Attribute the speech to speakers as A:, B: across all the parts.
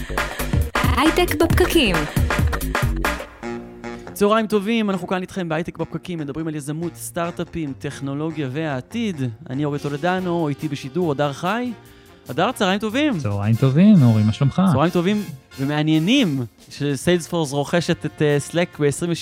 A: הייטק בפקקים.
B: צהריים טובים, אנחנו כאן איתכם בהייטק בפקקים, מדברים על יזמות, סטארט-אפים, טכנולוגיה והעתיד. אני אורי טולדנו, איתי בשידור, הדר חי. הדר, צהריים טובים.
C: צהריים טובים, אורי, מה שלומך?
B: צהריים טובים ומעניינים, שסיילספורס רוכשת את Slack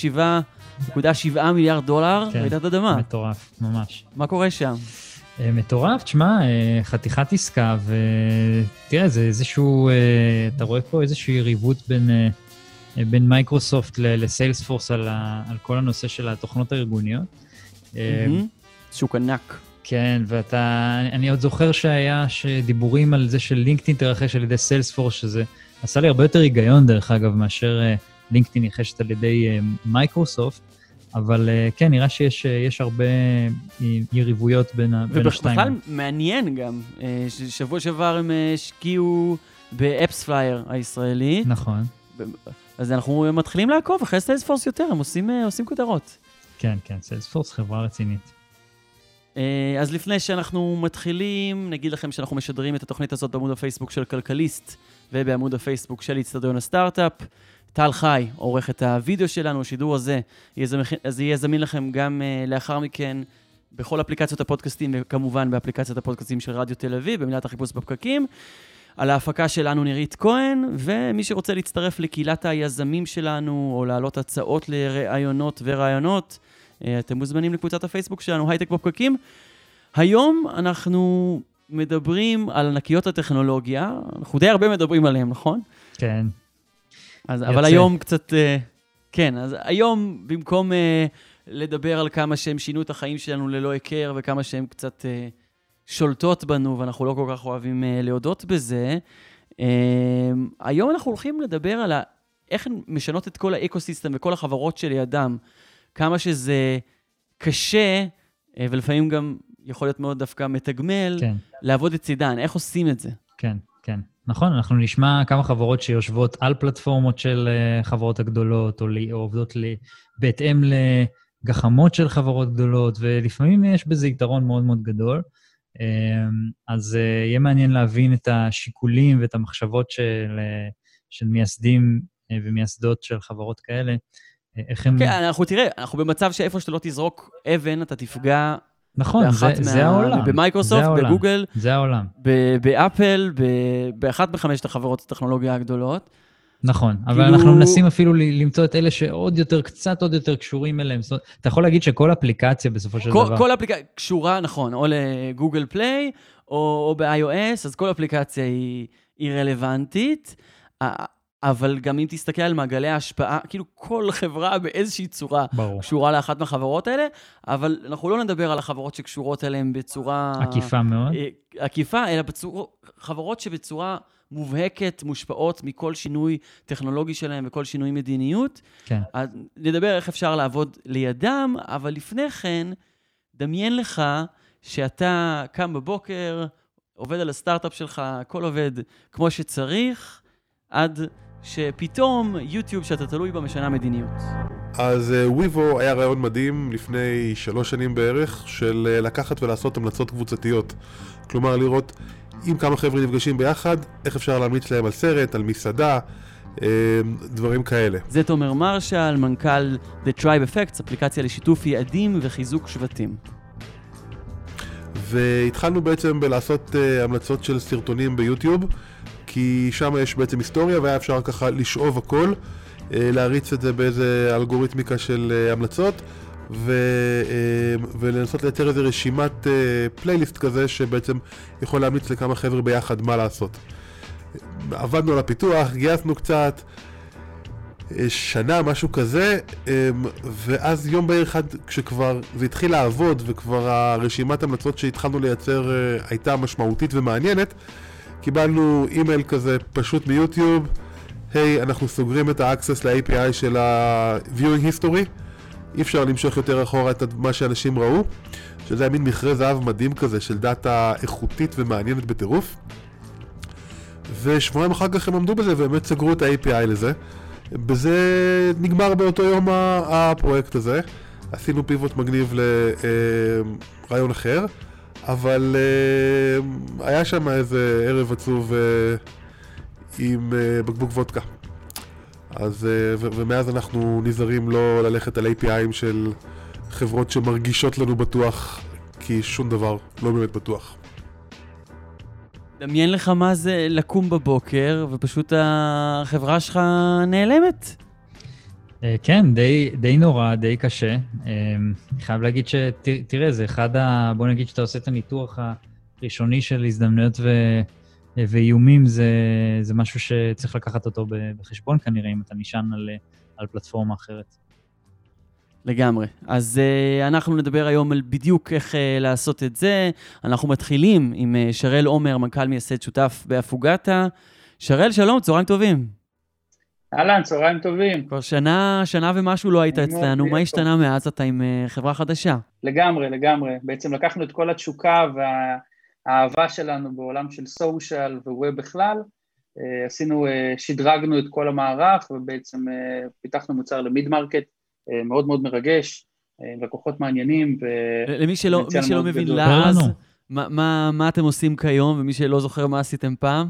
B: ב-27.7 מיליארד דולר,
C: כן,
B: רעידת אדמה.
C: מטורף, ממש.
B: מה קורה שם?
C: מטורף, תשמע, חתיכת עסקה, ותראה, זה איזשהו, אתה רואה פה איזושהי יריבות בין מייקרוסופט לסיילספורס על כל הנושא של התוכנות הארגוניות.
B: שוק ענק.
C: כן, אני עוד זוכר שדיבורים על זה של לינקדאין תרחש על ידי סיילספורס, שזה עשה לי הרבה יותר היגיון, דרך אגב, מאשר לינקדאין ניחשת על ידי מייקרוסופט, אבל כן, נראה שיש הרבה יריבויות בין השתיים.
B: ובכלל מעניין גם, שבוע שעבר הם השקיעו באפספלייר הישראלי.
C: נכון.
B: אז אנחנו מתחילים לעקוב אחרי סיילספורס יותר, הם עושים כותרות.
C: כן, כן, סיילספורס חברה רצינית.
B: אז לפני שאנחנו מתחילים, נגיד לכם שאנחנו משדרים את התוכנית הזאת בעמוד הפייסבוק של כלכליסט, ובעמוד הפייסבוק של אצטדיון הסטארט-אפ. טל חי עורך את הוידאו שלנו, השידור הזה, אז יהיה זמין לכם גם לאחר מכן בכל אפליקציות הפודקאסטים, וכמובן באפליקציית הפודקאסטים של רדיו תל אביב, במילת החיפוש בפקקים. על ההפקה שלנו נירית כהן, ומי שרוצה להצטרף לקהילת היזמים שלנו, או להעלות הצעות לרעיונות ורעיונות, אתם מוזמנים לקבוצת הפייסבוק שלנו, הייטק בפקקים. היום אנחנו מדברים על ענקיות הטכנולוגיה, אנחנו די הרבה מדברים עליהם, נכון?
C: כן.
B: אבל היום קצת, כן, אז היום במקום לדבר על כמה שהם שינו את החיים שלנו ללא היכר, וכמה שהם קצת שולטות בנו, ואנחנו לא כל כך אוהבים להודות בזה, היום אנחנו הולכים לדבר על איך הן משנות את כל האקוסיסטם וכל החברות שלידם, כמה שזה קשה, ולפעמים גם יכול להיות מאוד דווקא מתגמל, כן. לעבוד את צידן, איך עושים את זה?
C: כן, כן. נכון, אנחנו נשמע כמה חברות שיושבות על פלטפורמות של חברות הגדולות, או עובדות בהתאם לגחמות של חברות גדולות, ולפעמים יש בזה יתרון מאוד מאוד גדול. אז יהיה מעניין להבין את השיקולים ואת המחשבות של מייסדים ומייסדות של חברות כאלה.
B: כן, אנחנו במצב שאיפה שאתה לא תזרוק אבן, אתה תפגע...
C: נכון, זה העולם.
B: במיקרוסופט, בגוגל,
C: זה העולם.
B: באפל, באחת מחמשת החברות הטכנולוגיה הגדולות.
C: נכון, אבל אנחנו מנסים אפילו למצוא את אלה שעוד יותר, קצת עוד יותר קשורים אליהם. אתה יכול להגיד שכל אפליקציה בסופו של דבר...
B: כל אפליקציה קשורה, נכון, או לגוגל פליי, או ב-iOS, אז כל אפליקציה היא רלוונטית. אבל גם אם תסתכל על מעגלי ההשפעה, כאילו כל חברה באיזושהי צורה קשורה לאחת מהחברות האלה, אבל אנחנו לא נדבר על החברות שקשורות אליהן בצורה...
C: עקיפה מאוד.
B: עקיפה, אלא חברות שבצורה מובהקת, מושפעות מכל שינוי טכנולוגי שלהם וכל שינוי מדיניות. כן. אז נדבר איך אפשר לעבוד לידם, אבל לפני כן, דמיין לך שאתה קם בבוקר, עובד על הסטארט-אפ שלך, הכל עובד כמו שצריך, עד... שפתאום יוטיוב שאתה תלוי בה משנה מדיניות.
D: אז וויבו היה רעיון מדהים לפני 3 שנים בערך, של לקחת ולעשות המלצות קבוצתיות. כלומר, לראות אם כמה חבר'ה נפגשים ביחד, איך אפשר להמליץ להם על סרט, על מסעדה, דברים כאלה.
B: זה תומר מרשל, מנכ"ל The Tribe Effects, אפליקציה לשיתוף יעדים וחיזוק שבטים.
D: והתחלנו בעצם בלעשות המלצות של סרטונים ביוטיוב, כי שם יש בעצם היסטוריה, והיה אפשר ככה לשאוב הכל, להריץ את זה באיזה אלגוריתמיקה של המלצות, ולנסות לייצר איזה רשימת פלייליסט כזה, שבעצם יכול להמליץ לכמה חבר'ה ביחד מה לעשות. עבדנו על הפיתוח, גייסנו קצת, שנה, משהו כזה, ואז יום בהיר אחד, כשכבר זה התחיל לעבוד, וכבר הרשימת המלצות שהתחלנו לייצר הייתה משמעותית ומעניינת, קיבלנו אימייל כזה פשוט מיוטיוב, היי, אנחנו סוגרים את האקסס ל-API של ה-Viewing History, אי אפשר למשוך יותר אחורה את מה שאנשים ראו, שזה היה מין מכרה זהב מדהים כזה של דאטה איכותית ומעניינת בטירוף. ושבועיים אחר כך הם עמדו בזה ובאמת סגרו את ה-API לזה. בזה נגמר באותו יום הפרויקט הזה. עשינו פיבוט מגניב לרעיון אחר, אבל היה שם איזה ערב עצוב עם בקבוק וודקה. אז, ומאז אנחנו נזהרים לא ללכת על API'ים של חברות שמרגישות לנו בטוח, כי שום דבר לא באמת בטוח.
B: דמיין לך מה זה לקום בבוקר, ופשוט החברה שלך נעלמת.
C: כן, די נורא, די קשה. אני חייב להגיד שתראה, זה בוא נגיד שאתה עושה את הניתוח הראשוני של הזדמנויות ואיומים, זה משהו שצריך לקחת אותו בחשבון כנראה, אם אתה נשען על פלטפורמה אחרת.
B: לגמרי. אז אנחנו נדבר היום על בדיוק איך לעשות את זה. אנחנו מתחילים עם שרל עומר, מנכ"ל מייסד שותף באפוגתה. שרל, שלום, צהריים טובים.
A: אהלן, צהריים טובים.
B: כבר שנה ומשהו לא היית אצלנו. מה השתנה מאז אתה עם חברה חדשה?
A: לגמרי. בעצם לקחנו את כל התשוקה והאהבה שלנו בעולם של סושיאל וווב בכלל. שדרגנו את כל המערך, ובעצם פיתחנו מוצר למיד מרקט, מאוד מאוד מרגש, לקוחות מעניינים.
B: למי שלא מבין לאז, מה אתם עושים כיום, ומי שלא זוכר מה עשיתם פעם?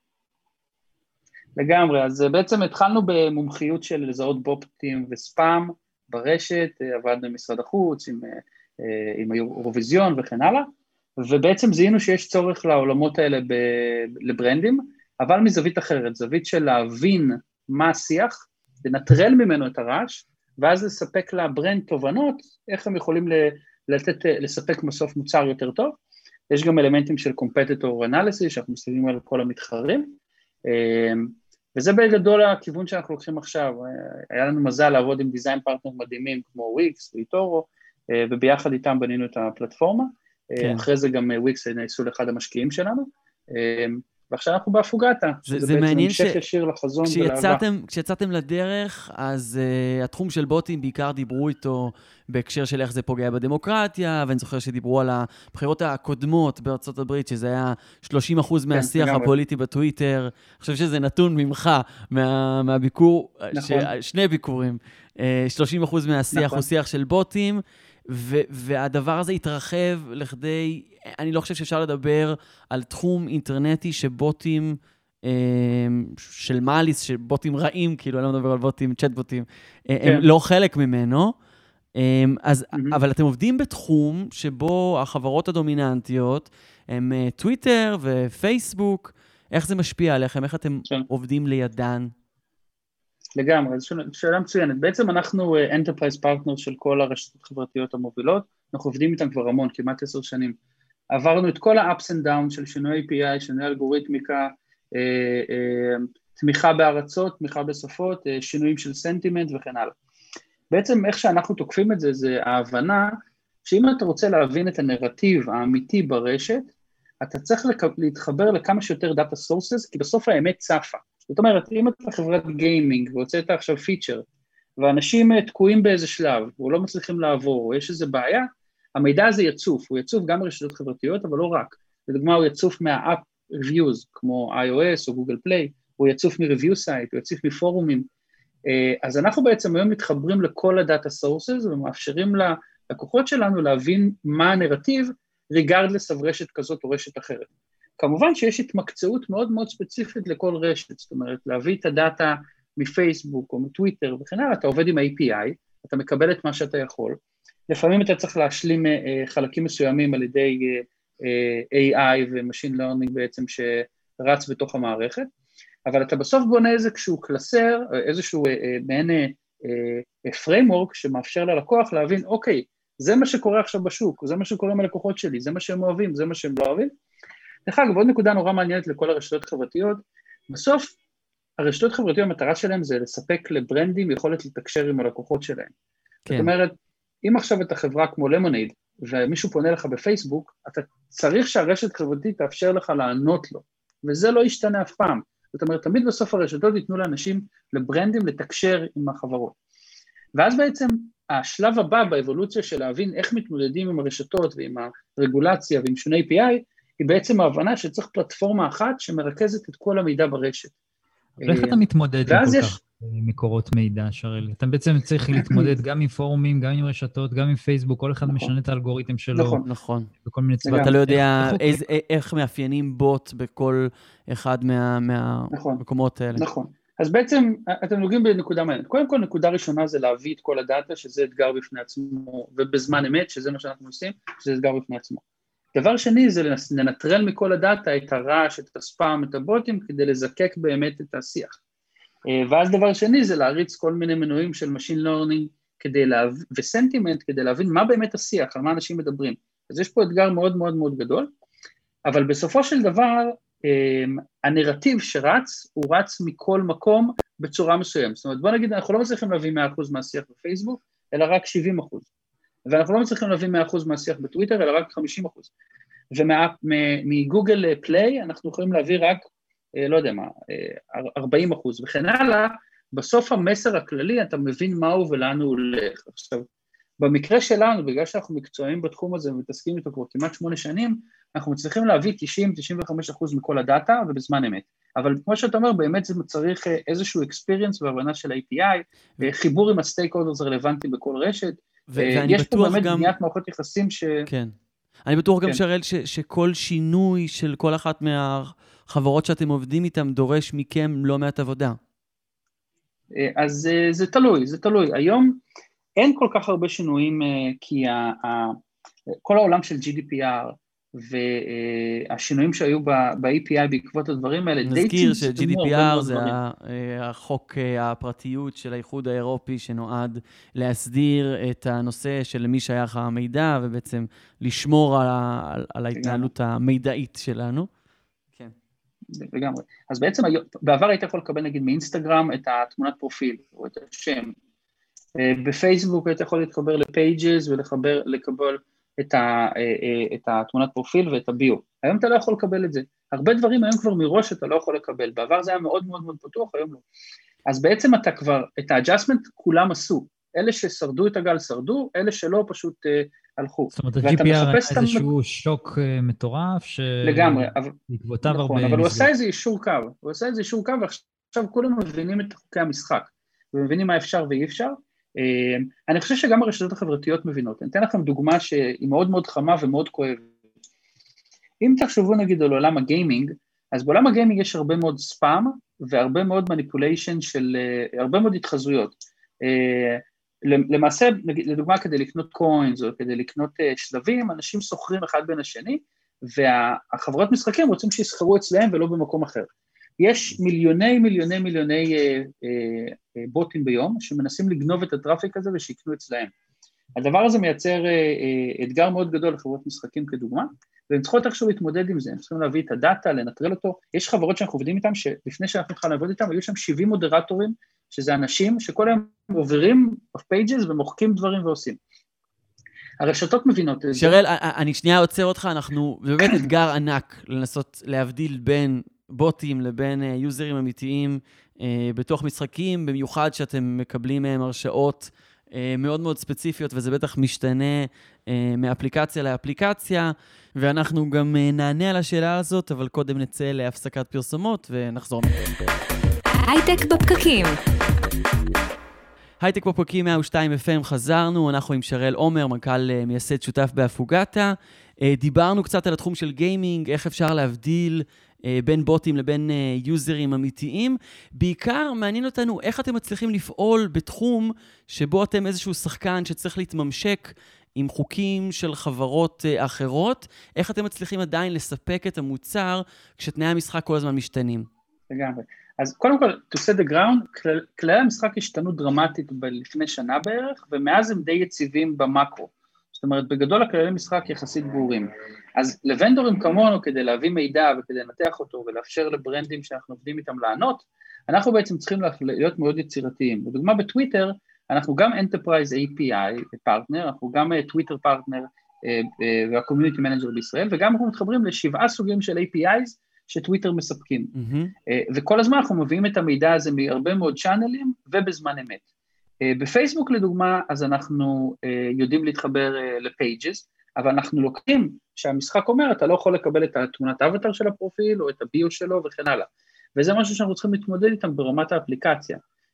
A: לגמרי, אז בעצם התחלנו במומחיות של לזהות בוטים וספאם ברשת, עבדנו עם משרד החוץ, עם אירוויזיון וכן הלאה, ובעצם זיהינו שיש צורך לעולמות האלה לברנדים, אבל מזווית אחרת, זווית של להבין מה השיח, לנטרל ממנו את הרעש, ואז לספק לברנד תובנות, איך הם יכולים לספק בסוף מוצר יותר טוב. יש גם אלמנטים של competitor analysis, שאנחנו מסתכלים על כל המתחרים, וזה בגדול הכיוון שאנחנו לוקחים עכשיו. היה לנו מזל לעבוד עם דיזיין פרטנר מדהימים, כמו וויקס ואיטורו, וביחד איתם בנינו את הפלטפורמה. כן. אחרי זה גם וויקס נעשו לאחד המשקיעים שלנו, ועכשיו אנחנו באפוגתה.
B: זה מעניין
A: ישיר לחזון
B: כשיצאתם לדרך, אז התחום של בוטים בעיקר דיברו איתו בהקשר של איך זה פוגע בדמוקרטיה, ואני זוכר שדיברו על הבחירות הקודמות בארצות הברית, שזה היה 30% מהשיח הפוליטי בטוויטר. אני חושב שזה נתון ממך, מהביקור, שני ביקורים, 30% מהשיח הוא שיח של בוטים, והדבר הזה התרחב לכדי, אני לא חושב שאפשר לדבר על תחום אינטרנטי שבוטים של מאליס, שבוטים רעים, כאילו אני לא מדבר על בוטים, צ'אט בוטים, הם לא חלק ממנו, אבל אתם עובדים בתחום שבו החברות הדומיננטיות הם טוויטר ופייסבוק, איך זה משפיע עליכם, איך אתם עובדים לידן?
A: לגמרי, זו שאלה מצוינת. בעצם אנחנו enterprise partner של כל הרשתות החברתיות המובילות, אנחנו עובדים איתם כבר המון, כמעט 10 שנים. עברנו את כל ה-ups and downs של שינוי API, שינוי אלגוריתמיקה, תמיכה בארצות, תמיכה בשפות, שינויים של סנטימנט וכן הלאה. בעצם איך שאנחנו תוקפים את זה, זה ההבנה שאם אתה רוצה להבין את הנרטיב האמיתי ברשת, אתה צריך להתחבר לכמה שיותר דאטה סורסס, כי בסוף האמת צפה. זאת אומרת, אם אתה חברת גיימינג והוצאת עכשיו פיצ'ר, ואנשים תקועים באיזה שלב, והוא לא מצליחים לעבור, או יש איזו בעיה, המידע הזה יצוף, הוא יצוף גם ברשתות חברתיות, אבל לא רק. לדוגמה, הוא יצוף מה-App Reviews, כמו iOS או Google Play, הוא יצוף מ-Review Site, הוא יצוף מפורומים. אז אנחנו בעצם היום מתחברים לכל הדאטה סורסס, ומאפשרים ללקוחות שלנו להבין מה הנרטיב, regardless of רשת כזאת או רשת אחרת. כמובן שיש התמקצעות מאוד מאוד ספציפית לכל רשת, זאת אומרת, להביא את הדאטה מפייסבוק או מטוויטר וכן הלאה, אתה עובד עם ה-API, אתה מקבל את מה שאתה יכול, לפעמים אתה צריך להשלים חלקים מסוימים על ידי AI ו-Machine Learning בעצם שרץ בתוך המערכת, אבל אתה בסוף בונה איזשהו קלסר, איזשהו מעין framework שמאפשר ללקוח להבין, אוקיי, זה מה שקורה עכשיו בשוק, זה מה שקורה עם הלקוחות שלי, זה מה שהם אוהבים, זה מה שהם לא אוהבים. דרך אגב, עוד נקודה נורא מעניינת לכל הרשתות החברתיות, בסוף הרשתות החברתיות, המטרה שלהם זה לספק לברנדים יכולת לתקשר עם הלקוחות שלהם. כן. זאת אומרת, אם עכשיו אתה חברה כמו למונייד, ומישהו פונה לך בפייסבוק, אתה צריך שהרשת חברתית תאפשר לך לענות לו, וזה לא ישתנה אף פעם. זאת אומרת, תמיד בסוף הרשתות ייתנו לאנשים, לברנדים, לתקשר עם החברות. ואז בעצם השלב הבא באבולוציה של להבין איך מתמודדים עם הרשתות ועם הרגולציה ועם שוני API, היא בעצם ההבנה שצריך פלטפורמה אחת שמרכזת את כל המידע ברשת.
C: ואיך אתה מתמודד עם כל כך מקורות מידע, שרל. אתה בעצם צריך להתמודד גם עם פורומים, גם עם רשתות, גם עם פייסבוק, כל אחד משנה את האלגוריתם שלו.
B: נכון.
C: בכל מיני צבעים.
B: ואתה לא יודע איך מאפיינים בוט בכל אחד מהמקומות האלה.
A: נכון. אז בעצם אתם נוגעים בנקודה מעניינת. קודם כל, נקודה ראשונה זה להביא את כל הדאטה, שזה אתגר בפני עצמו, ובזמן אמת, שזה מה שאנחנו עושים, שזה אתגר בפני עצמו. דבר שני זה לנטרל מכל הדאטה את הרעש, את הספאם, את הבוטים, כדי לזקק באמת את השיח. ואז דבר שני זה להריץ כל מיני מנועים של Machine Learning וסנטימנט, כדי להבין מה באמת השיח, על מה אנשים מדברים. אז יש פה אתגר מאוד מאוד מאוד גדול, אבל בסופו של דבר, הנרטיב שרץ, הוא רץ מכל מקום בצורה מסוימת. זאת אומרת, בוא נגיד, אנחנו לא מצליחים להביא 100% מהשיח בפייסבוק, אלא רק 70%. ואנחנו לא מצליחים להביא 100% מהשיח בטוויטר, אלא רק 50%. ומגוגל פליי אנחנו יכולים להביא רק, לא יודע מה, 40% וכן הלאה. בסוף המסר הכללי, אתה מבין מהו ולאן הוא הולך. עכשיו, במקרה שלנו, בגלל שאנחנו מקצועיים בתחום הזה ומתעסקים איתו כבר כמעט 8 שנים, אנחנו מצליחים להביא 90-95% מכל הדאטה ובזמן אמת. אבל כמו שאתה אומר, באמת זה צריך איזשהו experience והבנה של API, חיבור עם הסטייקהולדרס הרלוונטיים בכל רשת, יש פה באמת בניית מערכות יחסים
B: כן. אני בטוח גם שרל שכל שינוי של כל אחת מהחברות שאתם עובדים איתם דורש מכם לא מעט עבודה.
A: אז זה תלוי. היום אין כל כך הרבה שינויים, כי כל העולם של GDPR והשינויים שהיו ב-API בעקבות הדברים האלה,
B: נזכיר ש-GDPR זה החוק הפרטיות של האיחוד האירופי שנועד להסדיר את הנושא של מי שייך המידע ובעצם לשמור על ההתנהלות המידעית שלנו. כן.
A: לגמרי. אז בעצם בעבר היית יכול לקבל נגיד מאינסטגרם את התמונת פרופיל או את השם. בפייסבוק היית יכול להתחבר לפייג'ס ולקבל את התמונת פרופיל ואת הביו. היום אתה לא יכול לקבל את זה. הרבה דברים היום כבר מראש אתה לא יכול לקבל. בעבר זה היה מאוד מאוד מאוד פתוח, היום לא. אז בעצם אתה כבר, את ה-adjustment כולם עשו. אלה ששרדו את הגל שרדו, אלה שלא פשוט הלכו.
C: זאת אומרת, ה-GPR היה איזשהו שוק מטורף,
A: לגמרי.
C: בעקבותיו הרבה...
A: נכון, אבל הוא עשה איזה אישור קו, ועכשיו כולם מבינים את חוקי המשחק, ומבינים מה אפשר ואי אפשר. אני חושב שגם הרשתות החברתיות מבינות. אני אתן לכם דוגמה שהיא מאוד מאוד חמה ומאוד כואבת. אם תחשבו נגיד על עולם הגיימינג, אז בעולם הגיימינג יש הרבה מאוד ספאם, והרבה מאוד מניפוליישן של, הרבה מאוד התחזויות. למעשה, לדוגמה, כדי לקנות קוינס, או כדי לקנות שלבים, אנשים סוחרים אחד בין השני, והחברות משחקים רוצים שיסחרו אצלהם ולא במקום אחר. יש מיליוני בוטים ביום, שמנסים לגנוב את הטראפיק הזה ושיקנו אצלהם. הדבר הזה מייצר אתגר מאוד גדול לחברות משחקים כדוגמה, והם צריכות איכשהו להתמודד עם זה, הם צריכים להביא את הדאטה, לנטרל אותו. יש חברות שאנחנו עובדים איתם, שלפני שאנחנו התחלנו לעבוד איתם, היו שם 70 מודרטורים, שזה אנשים שכל היום עוברים בפייג'ס ומוחקים דברים ועושים. הרשתות מבינות את זה.
B: שרל, אני שנייה עוצר אותך, אנחנו באמת אתגר ענק לנסות להבדיל בין בוטים לבין יוזרים אמיתיים בתוך משחקים, במיוחד שאתם מקבלים מהם הרשאות מאוד מאוד ספציפיות, וזה בטח משתנה מאפליקציה לאפליקציה, ואנחנו גם נענה על השאלה הזאת, אבל קודם נצא להפסקת פרסומות ונחזור.
E: הייטק בפקקים.
B: הייטק בפקקים 102 FM חזרנו, אנחנו עם שרל עומר, מנכ"ל מייסד שותף באפוגתה. דיברנו קצת על התחום של גיימינג, איך אפשר להבדיל בין בוטים לבין יוזרים אמיתיים. בעיקר מעניין אותנו איך אתם מצליחים לפעול בתחום שבו אתם איזשהו שחקן שצריך להתממשק עם חוקים של חברות אחרות. איך אתם מצליחים עדיין לספק את המוצר כשתנאי המשחק כל הזמן משתנים?
A: לגמרי. אז קודם כל, to set the ground, כללי המשחק השתנו דרמטית לפני שנה בערך, ומאז הם די יציבים במקרו. זאת אומרת, בגדול הכללי משחק יחסית ברורים. אז לוונדורים כמונו, כדי להביא מידע וכדי לנתח אותו ולאפשר לברנדים שאנחנו עובדים איתם לענות, אנחנו בעצם צריכים להיות מאוד יצירתיים. בדוגמה בטוויטר, אנחנו גם Enterprise API פרטנר, אנחנו גם טוויטר פרטנר וה-Community Manager בישראל, וגם אנחנו מתחברים ל7 סוגים של APIs שטוויטר מספקים. וכל הזמן אנחנו מביאים את המידע הזה מהרבה מאוד צ'אנלים ובזמן אמת. בפייסבוק לדוגמה, אז אנחנו יודעים להתחבר לפייג'ס, אבל אנחנו לוקחים שהמשחק אומר, אתה לא יכול לקבל את תמונת האבטר של הפרופיל, או את הביו שלו וכן הלאה. וזה משהו שאנחנו צריכים להתמודד איתם ברמת האפליקציה.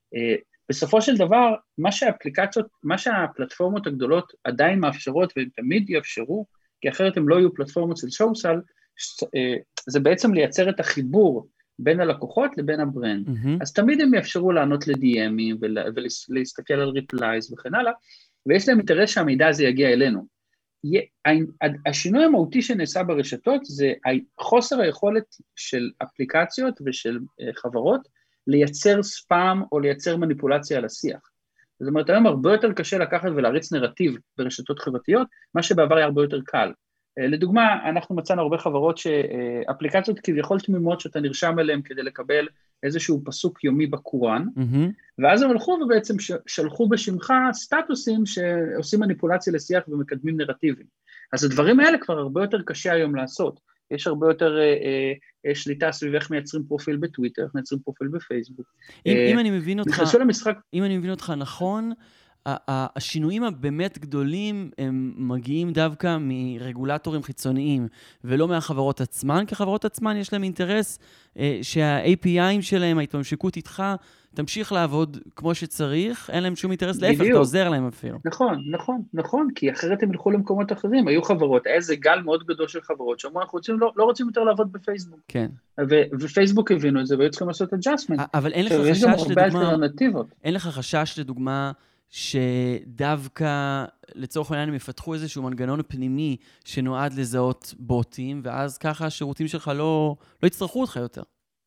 A: בסופו של דבר, מה שהפלטפורמות הגדולות עדיין מאפשרות, והם תמיד יאפשרו, כי אחרת הם לא יהיו פלטפורמות של סושיאל, זה בעצם לייצר את החיבור בין הלקוחות לבין הברנד. אז תמיד הם יאפשרו לענות ל-DM'ים ולהסתכל על ריפלייז וכן הלאה, ויש להם אינטרס שהמידע הזה יגיע אלינו. השינוי המהותי שנעשה ברשתות זה חוסר היכולת של אפליקציות ושל חברות לייצר ספאם או לייצר מניפולציה על השיח. זאת אומרת, היום הרבה יותר קשה לקחת ולהריץ נרטיב ברשתות חברתיות, מה שבעבר היה הרבה יותר קל. לדוגמה, אנחנו מצאנו הרבה חברות שאפליקציות כביכול תמימות שאתה נרשם אליהם כדי לקבל איזשהו פסוק יומי בקוראן, ואז הם הלכו ובעצם שלחו בשמך סטטוסים שעושים מניפולציה לשיח ומקדמים נרטיבים. אז הדברים האלה כבר הרבה יותר קשה היום לעשות. יש הרבה יותר שליטה סביב איך מייצרים פרופיל בטוויטר, איך מייצרים פרופיל בפייסבוק.
B: אם אני מבין אותך נכון, השינויים הבאמת גדולים הם מגיעים דווקא מרגולטורים חיצוניים, ולא מהחברות עצמן, כי החברות עצמן יש להם אינטרס שה-API'ים שלהם, ההתממשקות איתך, תמשיך לעבוד כמו שצריך, אין להם שום אינטרס, להפך, אתה עוזר להם אפילו.
A: נכון, כי אחרת הם ילכו למקומות אחרים, היו חברות, היה איזה גל מאוד גדול של חברות, שאמרו, אנחנו לא רוצים יותר לעבוד בפייסבוק.
B: כן.
A: ופייסבוק הבינו את זה, והיו צריכים לעשות adjustment.
B: אבל אין לך חשש, לדוגמה, שדווקא לצורך העניין הם יפתחו איזשהו מנגנון פנימי שנועד לזהות בוטים, ואז ככה השירותים שלך לא יצטרכו אותך יותר.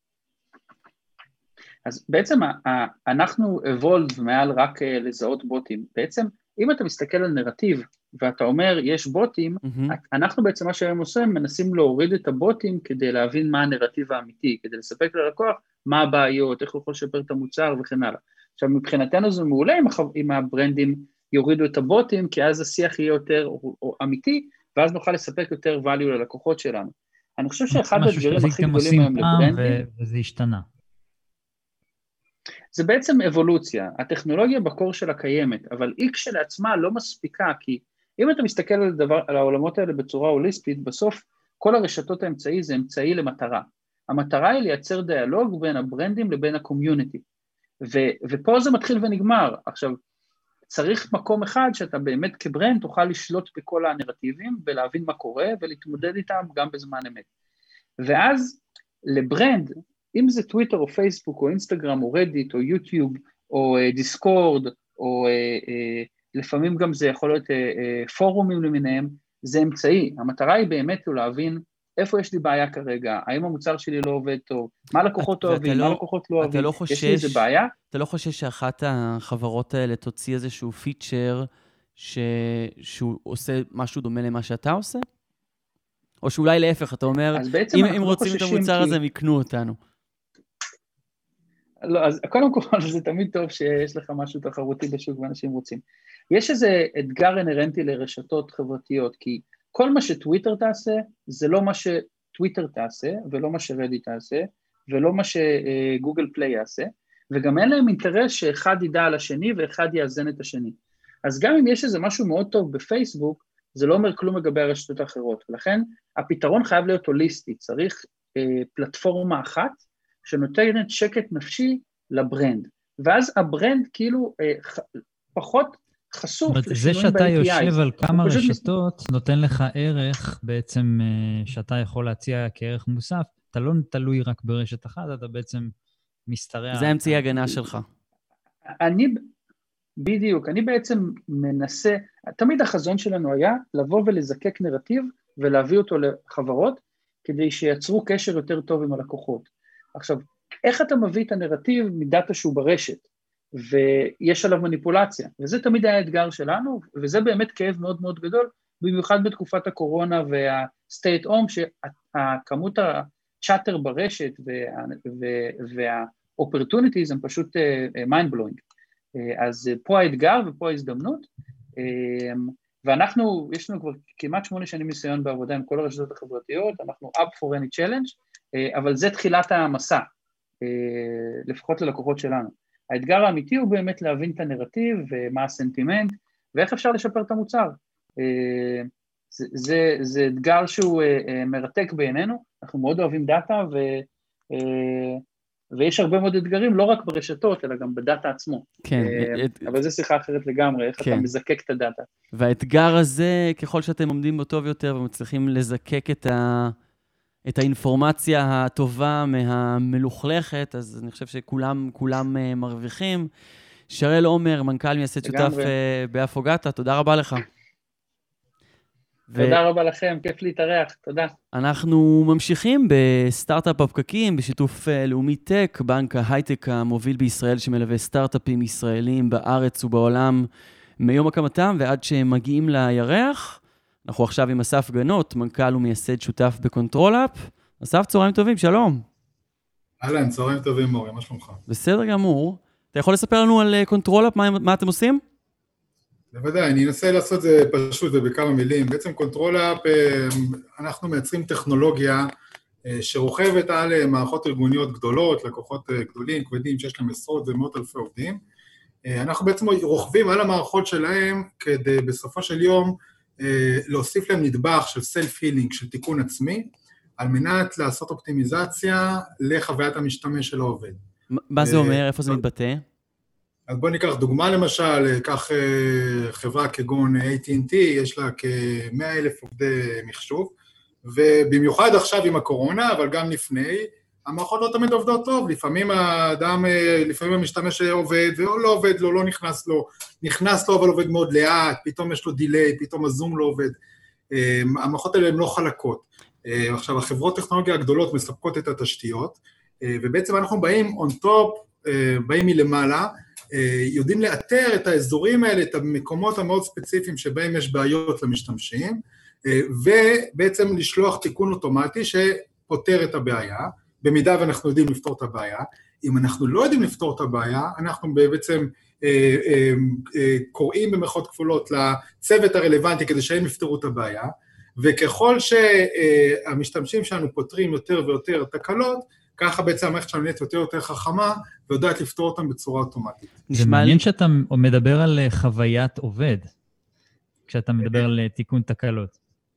A: אז בעצם אנחנו evolve מעל רק לזהות בוטים. בעצם אם אתה מסתכל על נרטיב ואתה אומר יש בוטים, אנחנו בעצם מה שהם עושים מנסים להוריד את הבוטים כדי להבין מה הנרטיב האמיתי, כדי לספק ללקוח מה הבעיות, איך הוא יכול לשפר את המוצר וכן הלאה. עכשיו מבחינתנו זה מעולה אם הברנדים יורידו את הבוטים, כי אז השיח יהיה יותר אמיתי, ואז נוכל לספק יותר value ללקוחות שלנו. אני חושב שאחד הדברים הכי גדולים היום לברנדים,
C: וזה השתנה.
A: זה בעצם אבולוציה, הטכנולוגיה בקור שלה קיימת, אבל היא כשלעצמה לא מספיקה, כי אם אתה מסתכל על העולמות האלה בצורה הוליסטית, בסוף כל הרשתות האמצעי זה אמצעי למטרה. המטרה היא לייצר דיאלוג בין הברנדים לבין הקומיוניטי, ופה זה מתחיל ונגמר. עכשיו, צריך מקום אחד שאתה באמת כברנד תוכל לשלוט בכל הנרטיבים, ולהבין מה קורה, ולהתמודד איתם גם בזמן אמת. ואז לברנד, אם זה טוויטר או פייסבוק או אינסטגרם או רדיט או יוטיוב או דיסקורד או לפעמים גם זה יכול להיות פורומים למיניהם, זה אמצעי. המטרה היא באמת להבין איפה יש לי בעיה כרגע, האם המוצר שלי לא עובד טוב, מה לקוחות אוהבים, מה לקוחות לא אוהבים, יש לי איזה בעיה.
B: אתה לא חושש שאחת החברות האלה תוציא איזשהו פיצ'ר שהוא עושה משהו דומה למה שאתה עושה? או שאולי להפך, אתה אומר, אם רוצים את המוצר הזה, הם יקנו אותנו.
A: לא, אז קודם כל זה תמיד טוב שיש לך משהו תחרותי בשוק ואנשים רוצים. יש איזה אתגר אינרנטי לרשתות חברתיות, כי כל מה שטוויטר תעשה, זה לא מה שטוויטר תעשה, ולא מה שרדיט תעשה, ולא מה שגוגל פליי יעשה, וגם אין להם אינטרס שאחד ידע על השני ואחד יאזן את השני. אז גם אם יש איזה משהו מאוד טוב בפייסבוק, זה לא אומר כלום לגבי הרשתות האחרות, ולכן הפתרון חייב להיות הוליסטי, צריך פלטפורמה אחת, שנותנת שקט נפשי לברנד, ואז הברנד כאילו פחות חשוף לשינויים ב-API.
C: זה שאתה יושב על כמה רשתות, נותן לך ערך בעצם שאתה יכול להציע כערך מוסף, אתה לא תלוי רק ברשת אחת, אתה בעצם מסתרע.
B: זה אמצעי הגנה שלך.
A: בדיוק, אני בעצם מנסה, תמיד החזון שלנו היה לבוא ולזקק נרטיב ולהביא אותו לחברות, כדי שיצרו קשר יותר טוב עם הלקוחות. עכשיו, איך אתה מביא את הנרטיב מדאטה שהוא ברשת, ויש עליו מניפולציה, וזה תמיד היה האתגר שלנו, וזה באמת כאב מאוד מאוד גדול, במיוחד בתקופת הקורונה וה-stay at home, שהכמות הצ'אטר ברשת וה-opportunities הם פשוט mind-blowing. אז פה האתגר ופה ההזדמנות, ואנחנו, יש לנו כבר כמעט 8 שנים ניסיון בעבודה עם כל הרשתות החברתיות, אנחנו up for any challenge, אבל זה תחילת המסע, לפחות ללקוחות שלנו. האתגר האמיתי הוא באמת להבין את הנרטיב ומה הסנטימנט, ואיך אפשר לשפר את המוצר. זה אתגר שהוא מרתק בעינינו, אנחנו מאוד אוהבים דאטה, ויש הרבה מאוד אתגרים, לא רק ברשתות, אלא גם בדאטה עצמו.
B: כן.
A: אבל זו שיחה אחרת לגמרי, איך אתה מזקק את הדאטה.
B: והאתגר הזה, ככל שאתם עומדים בו טוב יותר, ומצליחים לזקק את האינפורמציה הטובה מהמלוכלכת, אז אני חושב שכולם מרוויחים. שרל עומר, מנכ"ל מייסד שותף באפוגטה, תודה רבה לך.
A: תודה רבה לכם, כיף להתארח, תודה.
B: אנחנו ממשיכים בסטארט-אפ הפקקים, בשיתוף לאומי טק, בנק ההייטק המוביל בישראל שמלווה סטארט-אפים ישראלים בארץ ובעולם מיום הקמתם ועד שהם מגיעים לירח. אנחנו עכשיו עם אסף גנות, מנכ"ל ומייסד שותף בקונטרול-אפ. אסף, צהריים טובים, שלום.
F: אהלן, צהריים טובים, מורי, מה שלומך?
B: בסדר גמור. אתה יכול לספר לנו על קונטרול-אפ, מה אתם עושים?
F: בוודאי, אני אנסה לעשות את זה פשוט ובכמה מילים. בעצם קונטרול-אפ, אנחנו מייצרים טכנולוגיה שרוכבת על מערכות ארגוניות גדולות, לקוחות גדולים, כבדים, שיש להם עשרות ומאות אלפי עובדים. אנחנו בעצם רוכבים על המערכות שלהם כדי בסופו של יום להוסיף להם נדבך של סלף-הילינג, של תיקון עצמי, על מנת לעשות אופטימיזציה לחוויית המשתמש של העובד.
B: מה זה אומר? איפה זה מתבטא?
F: אז בואו ניקח דוגמה למשל, כך חברה כגון AT&T, יש לה כ-100,000 עובדי מחשוב, ובמיוחד עכשיו עם הקורונה, אבל גם לפני, המערכות לא תמיד עובדות טוב, לפעמים המשתמש עובד, ולא עובד לו, לא נכנס לו, אבל עובד מאוד לאט, פתאום יש לו דיליי, פתאום הזום לא עובד, המערכות האלה הן לא חלקות. עכשיו, החברות טכנולוגיה הגדולות מספקות את התשתיות, ובעצם אנחנו באים on top, באים מלמעלה, יודעים לאתר את האזורים האלה, את המקומות המאוד ספציפיים שבהם יש בעיות למשתמשים, ובעצם לשלוח תיקון אוטומטי שפותר את הבעיה, במידה ואנחנו יודעים לפתור את הבעיה. אם אנחנו לא יודעים לפתור את הבעיה, אנחנו בעצם קוראים במחאות כפולות לצוות הרלוונטי כדי שהם יפתרו את הבעיה, וככל שהמשתמשים שלנו פותרים יותר ויותר תקלות, ככה בעצם המערכת שלנו נהיית יותר ויותר חכמה, ויודעת לפתור אותם בצורה אוטומטית.
C: זה מעניין שאתה מדבר על חוויית עובד, כשאתה מדבר על תיקון תקלות.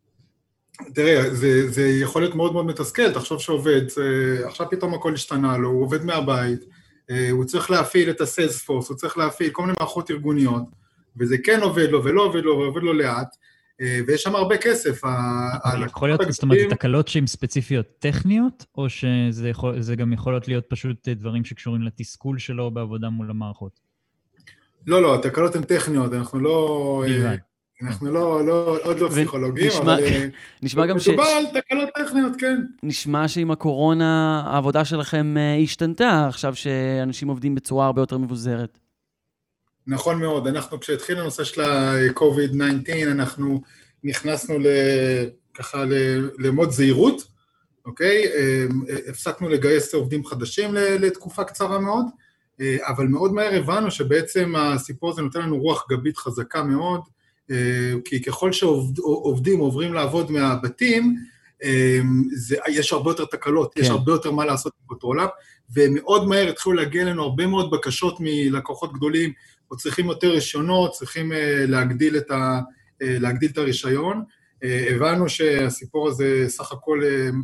F: תראה, זה יכול להיות מאוד מאוד מתסכל, תחשוב שעובד, עכשיו פתאום הכל השתנה לו, הוא עובד מהבית, הוא צריך להפעיל את הסיילספורס, הוא צריך להפעיל כל מיני מערכות ארגוניות, וזה כן עובד לו ולא עובד לו ועובד לו לאט, ויש שם הרבה כסף.
C: יכול להיות, זאת אומרת, תקלות שהן ספציפיות טכניות, או שזה גם יכול להיות פשוט דברים שקשורים לתסכול שלו בעבודה מול המערכות?
F: לא, התקלות הן טכניות, אנחנו עוד לא פסיכולוגים, אבל
B: נשמע גם
F: מדובר על תקלות טכניות, כן.
B: נשמע שעם הקורונה העבודה שלכם השתנתה, עכשיו שאנשים עובדים בצורה הרבה יותר מבוזרת.
F: נכון מאוד, אנחנו כשהתחיל הנושא של ה-COVID-19, אנחנו נכנסנו ככה למוד זהירות, אוקיי? הפסקנו לגייס עובדים חדשים לתקופה קצרה מאוד, אבל מאוד מהר הבנו שבעצם הסיפור הזה נותן לנו רוח גבית חזקה מאוד, כי ככל שעובדים עוברים לעבוד מהבתים, יש הרבה יותר תקלות, יש הרבה יותר מה לעשות בקונטרול-אפ, ומאוד מהר התחילו להגיע לנו הרבה מאוד בקשות מלקוחות גדולים, או צריכים יותר רישיונות, צריכים להגדיל את הרישיון. הבנו שהסיפור הזה סך הכל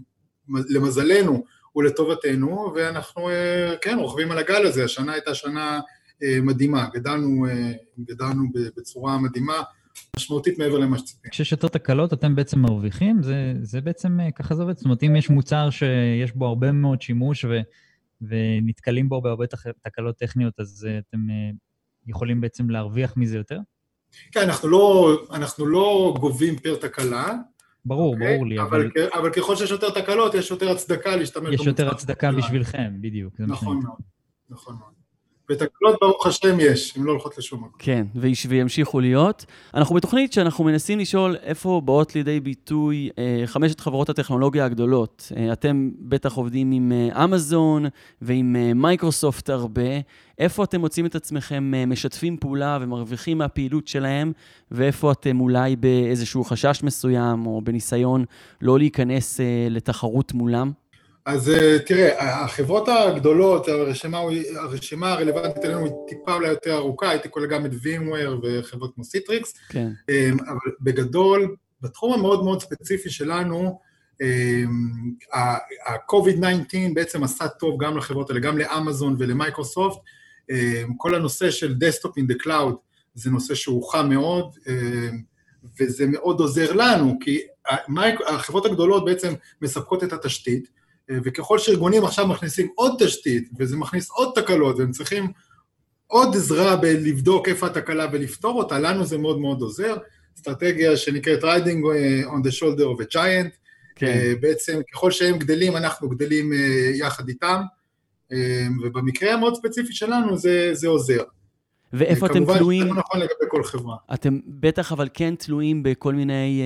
F: למזלנו ולטובתנו, ואנחנו כן רוכבים על הגל הזה. השנה הייתה שנה מדהימה, גדלנו בצורה מדהימה, משמעותית מעבר למה שציפים.
C: כשיש יותר תקלות, אתם בעצם מרוויחים, זה בעצם ככה זה עובד. זאת אומרת, אם יש מוצר שיש בו הרבה מאוד שימוש ונתקלים בו בהרבה תקלות טכניות, אז אתם יכולים בעצם להרוויח מזה יותר?
F: כן, אנחנו לא גובים פר תקלה.
C: ברור לי,
F: אבל ככל שיש יותר תקלות, יש יותר הצדקה להשתמש במוצר.
C: יש יותר הצדקה בשבילכם, בדיוק.
F: נכון מאוד. ותקלות ברוך השם יש, אם לא הולכות לשום מקום.
B: כן, וימשיכו להיות. אנחנו בתוכנית שאנחנו מנסים לשאול איפה באות לידי ביטוי 5 חברות הטכנולוגיה הגדולות. אתם בטח עובדים עם אמזון ועם מייקרוסופט הרבה. איפה אתם מוצאים את עצמכם משתפים פעולה ומרוויחים מהפעילות שלהם, ואיפה אתם אולי באיזשהו חשש מסוים או בניסיון לא להיכנס לתחרות מולם?
F: אז תראה, החברות הגדולות, הרשימה הרלוונטית אלינו היא טיפה אולי יותר ארוכה, הייתי כולל גם את VMware וחברות כמו סיטריקס,
B: כן.
F: אבל בגדול, בתחום המאוד מאוד ספציפי שלנו, ה-COVID-19 בעצם עשה טוב גם לחברות האלה, גם לאמזון ולמייקרוסופט, כל הנושא של דסקטופ in the cloud, זה נושא שהוא חם מאוד, וזה מאוד עוזר לנו, כי החברות הגדולות בעצם מספקות את התשתית, וככל שארגונים עכשיו מכניסים עוד תשתית, וזה מכניס עוד תקלות, והם צריכים עוד עזרה בלבדוק איפה התקלה ולפתור אותה, לנו זה מאוד מאוד עוזר, אסטרטגיה שנקראת riding on the shoulder of a giant, כן. בעצם ככל שהם גדלים, אנחנו גדלים יחד איתם, ובמקרה המאוד ספציפי שלנו זה עוזר.
B: ואיפה אתם תלויים?
F: כמובן, זה נכון לגבי כל חברה.
B: אתם בטח אבל כן תלויים בכל מיני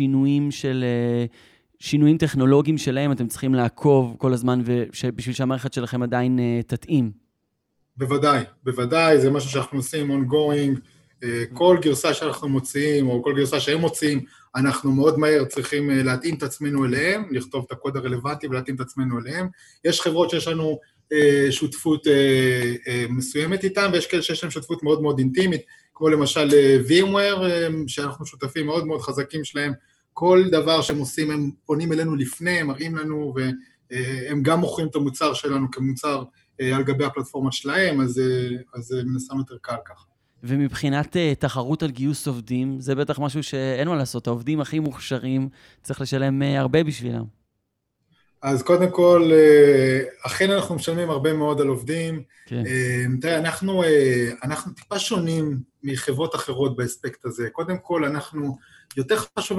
B: שינויים טכנולוגיים שלהם, אתם צריכים לעקוב כל הזמן, בשביל שהמערכת שלכם עדיין תתאים.
F: בוודאי, זה משהו שאנחנו עושים ongoing, כל גרסה שאנחנו מוציאים, או כל גרסה שהם מוציאים, אנחנו מאוד מהר צריכים להתאים את עצמנו אליהם, לכתוב את הקוד הרלוונטי ולהתאים את עצמנו אליהם. יש חברות שיש לנו שותפות מסוימת איתם, ויש כאלה שיש להם שותפות מאוד מאוד אינטימית, כמו למשל VMware, שאנחנו שותפים מאוד מאוד חזקים שלהם, כל דבר שהם עושים, הם פונים אלינו לפני, הם מראים לנו, והם גם מוכרים את המוצר שלנו כמוצר על גבי הפלטפורמה שלהם, אז זה מנסים יותר קל ככה.
B: ומבחינת תחרות על גיוס עובדים, זה בטח משהו שאין מה לעשות, העובדים הכי מוכשרים, צריך לשלם הרבה בשבילם.
F: אז קודם כל, אכן אנחנו משלמים הרבה מאוד על עובדים. כן. תראה, אנחנו טיפה שונים מחברות אחרות באספקט הזה. קודם כל, יותר חשוב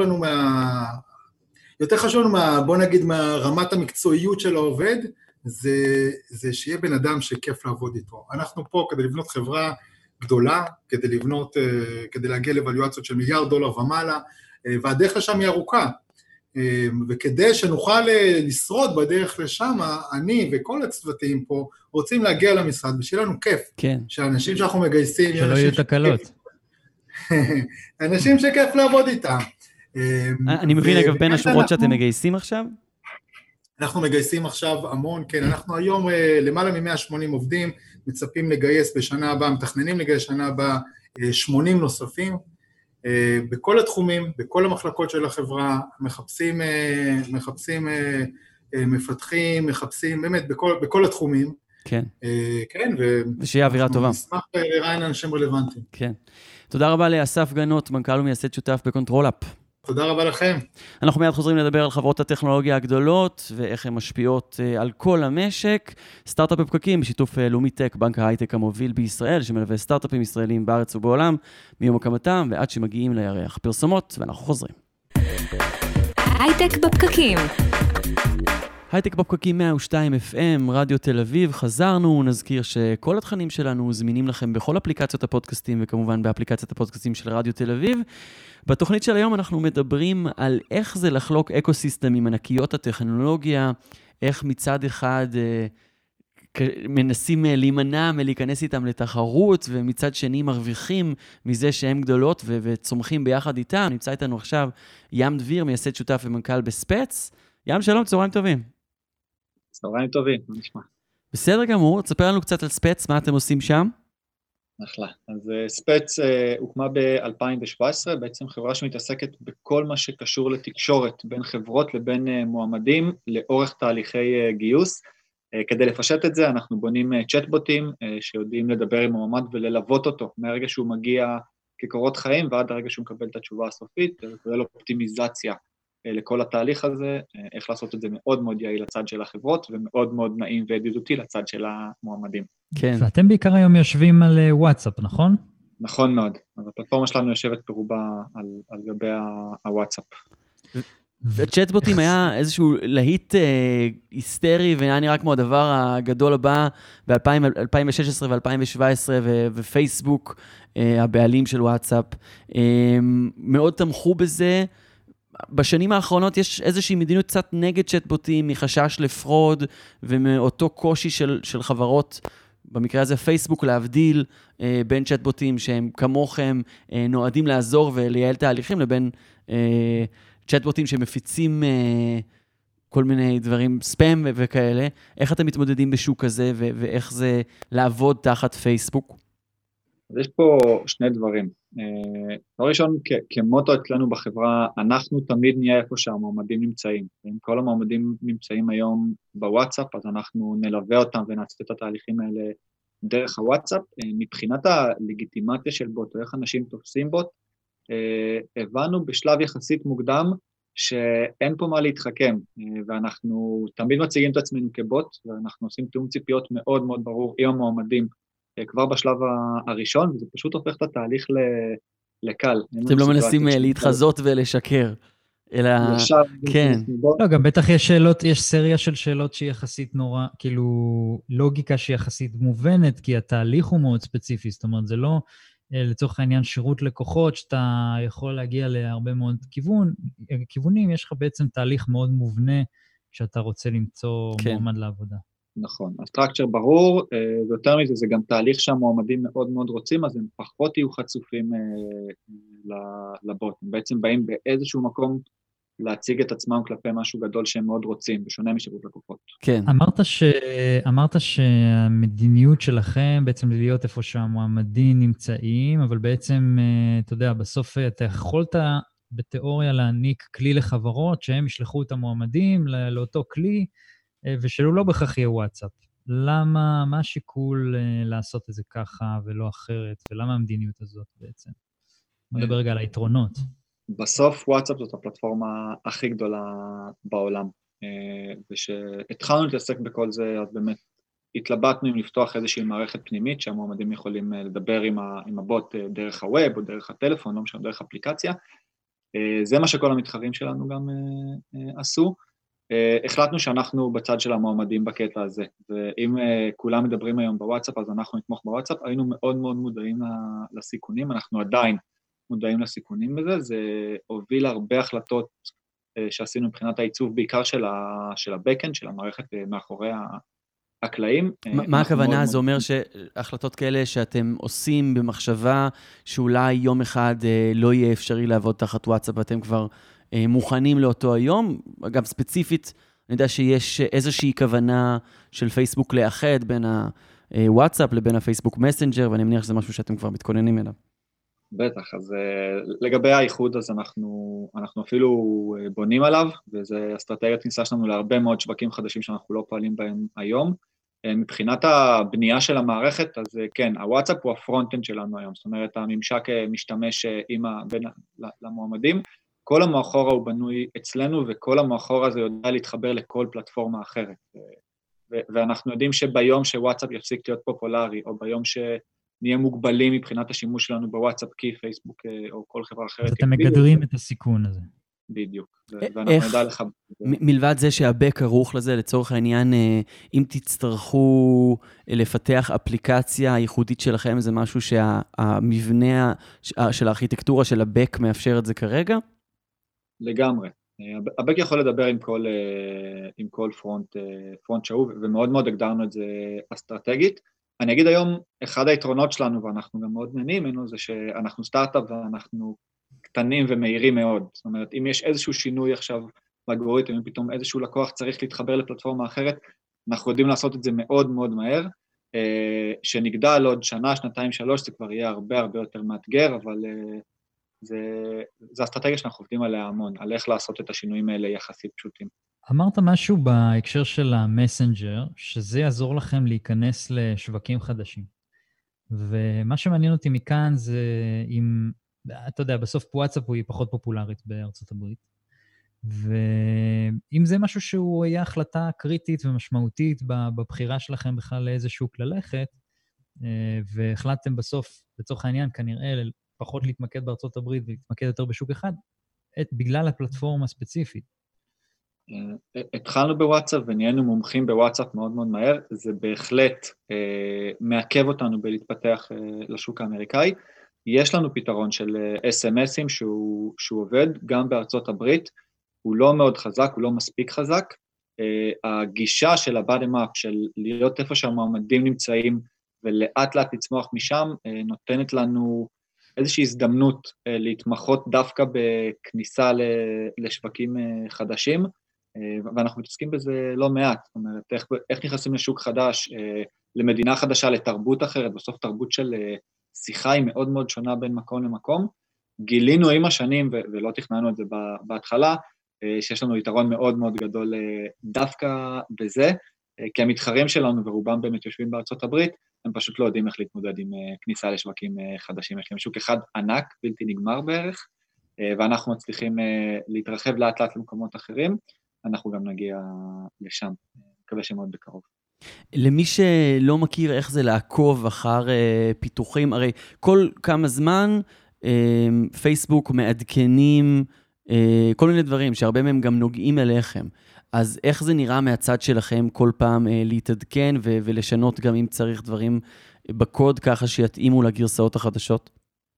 F: לנו בוא נגיד, מהרמת המקצועיות של העובד, זה שיהיה בן אדם שכיף לעבוד איתו. אנחנו פה כדי לבנות חברה גדולה, כדי להגיע לוואלואציות של $1 מיליארד ומעלה, והדרך לשם היא ארוכה. וכדי שנוכל לשרוד בדרך לשם, אני וכל הצוותים פה רוצים להגיע למשרד, ושיהיה לנו כיף.
B: כן.
F: שאנשים שאנחנו מגייסים,
C: שלא יהיו תקלות.
F: אנשים שכיף לעבוד איתם.
B: אני מבין, אגב, בין השורות שאתם מגייסים עכשיו?
F: אנחנו מגייסים עכשיו המון, כן, אנחנו היום למעלה מ-180 עובדים, מצפים לגייס בשנה הבאה, מתכננים לגייס שנה הבאה 80 נוספים, בכל התחומים, בכל המחלקות של החברה, מחפשים מפתחים, מחפשים באמת בכל התחומים.
B: כן.
F: כן,
B: ושיהיה אווירה טובה.
F: נשמח לראיין אנשים רלוונטיים.
B: כן. תודה רבה לאסף גנות, מנכ"ל ומייסד שותף בקונטרול-אפ.
F: תודה רבה לכם.
B: אנחנו מיד חוזרים לדבר על חברות הטכנולוגיה הגדולות, ואיך הן משפיעות על כל המשק. סטארט-אפ בפקקים בשיתוף לאומי טק, בנק ההייטק המוביל בישראל, שמלווה סטארט-אפים ישראלים בארץ ובעולם, מיום הקמתם ועד שמגיעים לירח. פרסומות, ואנחנו חוזרים.
E: הייטק בפקקים.
B: הייטק בפקקים 102 FM, רדיו תל אביב, חזרנו, נזכיר שכל התכנים שלנו זמינים לכם בכל אפליקציות הפודקאסטים, וכמובן באפליקציית הפודקאסטים של רדיו תל אביב. בתוכנית של היום אנחנו מדברים על איך זה לחלוק אקוסיסטם עם ענקיות הטכנולוגיה, איך מצד אחד מנסים להימנע מלהיכנס איתם לתחרות, ומצד שני מרוויחים מזה שהם גדולות וצומחים ביחד איתם. נמצא איתנו עכשיו ים דביר, מייסד שותף ומנכ"ל בספץ. ים, שלום, צהריים טובים.
G: צהריים טובים, מה נשמע?
B: בסדר גמור, תספר לנו קצת על ספץ, מה אתם עושים שם?
G: אחלה. אז ספץ הוקמה ב-2017, בעצם חברה שמתעסקת בכל מה שקשור לתקשורת בין חברות לבין מועמדים לאורך תהליכי גיוס. כדי לפשט את זה, אנחנו בונים צ'טבוטים שיודעים לדבר עם מועמד וללוות אותו מהרגע שהוא מגיע כקורות חיים ועד הרגע שהוא מקבל את התשובה הסופית, וכולל אופטימיזציה לכל התהליך הזה, איך לעשות את זה מאוד מאוד יעיל לצד של החברות, ומאוד מאוד נעים וידידותי לצד של המועמדים.
C: כן. ואתם בעיקר היום יושבים על וואטסאפ, נכון?
G: נכון מאוד. אז הפלטפורמה שלנו יושבת ברובה על גבי הוואטסאפ.
B: וצ'טבוטים היה איזשהו להיט היסטרי, והיה נראה כמו הדבר הגדול הבא ב-2016 ו-2017, ופייסבוק, הבעלים של וואטסאפ, מאוד תמכו בזה. בשנים האחרונות יש איזושהי מדיניות קצת נגד צ'טבוטים, מחשש לפרוד, ומאותו קושי של חברות, במקרה הזה פייסבוק, להבדיל בין צ'טבוטים שהם כמוכם נועדים לעזור ולייעל תהליכים, לבין צ'טבוטים שמפיצים כל מיני דברים, ספאם וכאלה. איך אתם מתמודדים בשוק הזה, ואיך זה לעבוד תחת פייסבוק?
G: אז יש פה שני דברים. דבר ראשון, כמוטו אצלנו בחברה, אנחנו תמיד נהיה איפה שהמועמדים נמצאים. אם כל המועמדים נמצאים היום בוואטסאפ, אז אנחנו נלווה אותם ונעשה את התהליכים האלה דרך הוואטסאפ. מבחינת הלגיטימציה של בוט, או איך אנשים תופסים בוט, הבנו בשלב יחסית מוקדם שאין פה מה להתחכם, ואנחנו תמיד מציגים את עצמנו כבוט, ואנחנו עושים תיאום ציפיות מאוד מאוד ברור עם המועמדים, כבר בשלב הראשון, וזה פשוט הופך את התהליך לקל.
B: אתם לא מנסים להתחזות ולשקר, אלא... כן.
C: לא, גם בטח יש שאלות, יש סריה של שאלות שהיא יחסית נורא, כאילו, לוגיקה שהיא יחסית מובנת, כי התהליך הוא מאוד ספציפי, זאת אומרת, זה לא לצורך העניין שירות לקוחות, שאתה יכול להגיע להרבה מאוד כיוונים, יש לך בעצם תהליך מאוד מובנה, כשאתה רוצה למצוא מועמד לעבודה.
G: נכון, הסטרקצ'ר ברור, ויותר מזה זה גם תהליך שהמועמדים מאוד מאוד רוצים, אז הם פחות יהיו חשופים לבוט, הם בעצם באים באיזשהו מקום להציג את עצמם כלפי משהו גדול שהם מאוד רוצים, בשונה משירות לקוחות.
B: כן.
C: אמרת שהמדיניות שלכם בעצם להיות איפה שהמועמדים נמצאים, אבל בעצם, אתה יודע, בסוף אתה יכולת בתיאוריה להעניק כלי לחברות, שהם ישלחו את המועמדים לאותו כלי, ושלא לא בכך יהיה וואטסאפ. למה, מה השיקול לעשות את זה ככה ולא אחרת, ולמה המדיניות הזאת בעצם? נדבר רגע על היתרונות.
G: בסוף וואטסאפ זאת הפלטפורמה הכי גדולה בעולם, ושהתחלנו להתעסק בכל זה, אז באמת התלבטנו אם לפתוח איזושהי מערכת פנימית, שהמועמדים יכולים לדבר עם הבוט דרך הווב, או דרך הטלפון, לא משנה, דרך אפליקציה. זה מה שכל המתחרים שלנו גם עשו. החלטנו שאנחנו בצד של המועמדים בקטע הזה, ואם כולם מדברים היום בוואטסאפ, אז אנחנו נתמוך בוואטסאפ, היינו מאוד מאוד מודעים לסיכונים, אנחנו עדיין מודעים לסיכונים בזה, זה הוביל הרבה החלטות שעשינו מבחינת העיצוב, בעיקר של הבקאנד, של המערכת מאחורי הקלעים.
B: מה הכוונה? זה אומר שהחלטות כאלה שאתם עושים במחשבה, שאולי יום אחד לא יהיה אפשרי לעבוד תחת וואטסאפ, ואתם כבר מוכנים לאותו היום? אגב, ספציפית, אני יודע שיש איזושהי כוונה של פייסבוק לאחד בין הוואטסאפ לבין הפייסבוק מסנג'ר, ואני מניח שזה משהו שאתם כבר מתכוננים אליו.
G: בטח, אז לגבי האיחוד, אז אנחנו אפילו בונים עליו, וזה אסטרטגיית כניסה שלנו להרבה מאוד שווקים חדשים שאנחנו לא פועלים בהם היום. מבחינת הבנייה של המערכת, אז כן, הוואטסאפ הוא הפרונט-אנד שלנו היום, זאת אומרת, הממשק משתמש בין למועמדים, כל המאחורה הוא בנוי אצלנו, וכל המאחורה הזה יודע להתחבר לכל פלטפורמה אחרת. ואנחנו יודעים שביום שוואטסאפ יפסיק להיות פופולרי, או ביום שנהיה מוגבלים מבחינת השימוש שלנו בוואטסאפ, כי פייסבוק או כל חברה אחרת.
C: אתם מגדרים את הסיכון הזה.
G: בדיוק, ואנחנו נדע לך.
B: מלבד זה שהבק ערוך לזה, לצורך העניין, אם תצטרכו לפתח אפליקציה ייחודית שלכם, זה משהו שהמבנה של הארכיטקטורה של הבק מאפשר את זה כרגע?
G: לגמרי. הבק יכול לדבר עם כל פרונט שאוב, ומאוד מאוד הגדרנו את זה אסטרטגית. אני אגיד היום, אחד היתרונות שלנו, ואנחנו גם מאוד נהנים ממנו, זה שאנחנו סטארט-אפ ואנחנו קטנים ומהירים מאוד. זאת אומרת, אם יש איזשהו שינוי עכשיו באלגוריתם, אם פתאום איזשהו לקוח צריך להתחבר לפלטפורמה אחרת, אנחנו יודעים לעשות את זה מאוד מאוד מהר, שנגדל עוד שנה, שנתיים, שלוש, זה כבר יהיה הרבה הרבה יותר מאתגר, אבל זה אסטרטגיה שאנחנו עובדים עליה המון, על איך לעשות את השינויים האלה יחסית פשוטים.
C: אמרת משהו בהקשר של המסנג'ר, שזה יעזור לכם להיכנס לשווקים חדשים. ומה שמעניין אותי מכאן זה אם, אתה יודע, בסוף וואטסאפ היא פחות פופולרית בארצות הברית, ואם זה משהו שהוא היה החלטה קריטית ומשמעותית בבחירה שלכם בכלל לאיזשהו כללכת, והחלטתם בסוף, לצורך העניין, כנראה פחות להתמקד בארצות הברית ולהתמקד יותר בשוק אחד, בגלל הפלטפורמה הספציפית.
G: התחלנו בוואטסאפ ונהיינו מומחים בוואטסאפ מאוד מאוד מהר, זה בהחלט מעכב אותנו בלהתפתח לשוק האמריקאי. יש לנו פתרון של SMSים שהוא עובד גם בארצות הברית, הוא לא מאוד חזק, הוא לא מספיק חזק. הגישה של ה-bottom-up, של להיות איפה שהמועמדים נמצאים ולאט לאט לצמוח משם, נותנת לנו איזושהי הזדמנות להתמחות דווקא בכניסה לשווקים חדשים, ואנחנו מתעסקים בזה לא מעט, זאת אומרת, איך נכנסים לשוק חדש, למדינה חדשה, לתרבות אחרת, בסוף תרבות של השיחה היא מאוד מאוד שונה בין מקום למקום. גילינו עם השנים, ולא תכננו את זה בהתחלה, שיש לנו יתרון מאוד מאוד גדול דווקא בזה, כי המתחרים שלנו, ורובם באמת יושבים בארצות הברית, הם פשוט לא יודעים איך להתמודד עם כניסה לשווקים חדשים. יש להם שוק אחד ענק, בלתי נגמר בערך, ואנחנו מצליחים להתרחב לאט לאט למקומות אחרים, אנחנו גם נגיע לשם, מקווה שמאוד בקרוב.
B: למי שלא מכיר איך זה לעקוב אחר פיתוחים, הרי כל כמה זמן פייסבוק מעדכנים כל מיני דברים שהרבה מהם גם נוגעים אליכם. אז איך זה נראה מהצד שלכם כל פעם להתעדכן ולשנות גם אם צריך דברים בקוד ככה שיתאימו לגרסאות החדשות?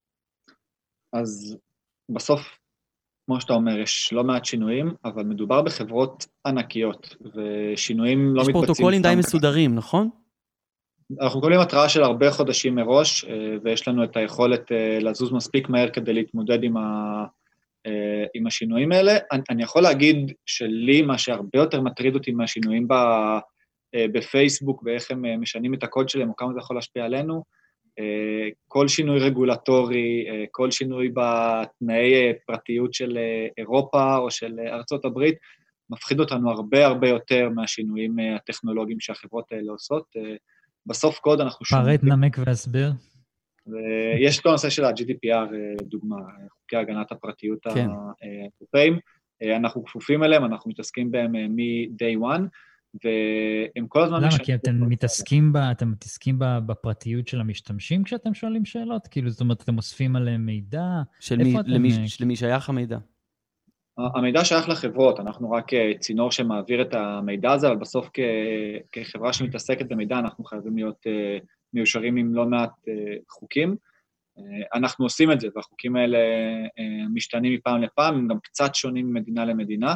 G: אז בסוף, כמו שאתה אומר, יש לא מעט שינויים, אבל מדובר בחברות ענקיות, ושינויים לא מתבצעים.
B: יש פרוטוקולים די מסודרים, נכון?
G: אנחנו מקבלים התראה של הרבה חודשים מראש, ויש לנו את היכולת לזוז מספיק מהר כדי להתמודד עם השינויים האלה. אני יכול להגיד שלי, מה שהרבה יותר מטריד אותי מהשינויים בפייסבוק, ואיך הם משנים את הקוד שלהם, או כמה זה יכול להשפיע עלינו, כל שינוי רגולטורי, כל שינוי בתנאי פרטיות של אירופה או של ארצות הברית, מפחיד אותנו הרבה הרבה יותר מהשינויים הטכנולוגיים שהחברות האלה עושות. בסוף קוד אנחנו
C: פרט, נמק והסבר.
G: יש כל הנושא של ה-GDPR, דוגמה, חוקי הגנת הפרטיות האירופאים, אנחנו כפופים אליהם, אנחנו מתעסקים בהם מ-day one, והם כל הזמן...
C: למה? כי אתם מתעסקים בפרטיות של המשתמשים כשאתם שואלים שאלות? כאילו, זאת אומרת, אתם אוספים עליהם מידע?
B: למי שייך המידע?
G: המידע שייך לחברות, אנחנו רק צינור שמעביר את המידע הזה, אבל בסוף כחברה שמתעסקת במידע, אנחנו חייבים להיות מיושרים עם לא מעט חוקים. אנחנו עושים את זה, והחוקים האלה משתנים מפעם לפעם, הם גם קצת שונים ממדינה למדינה,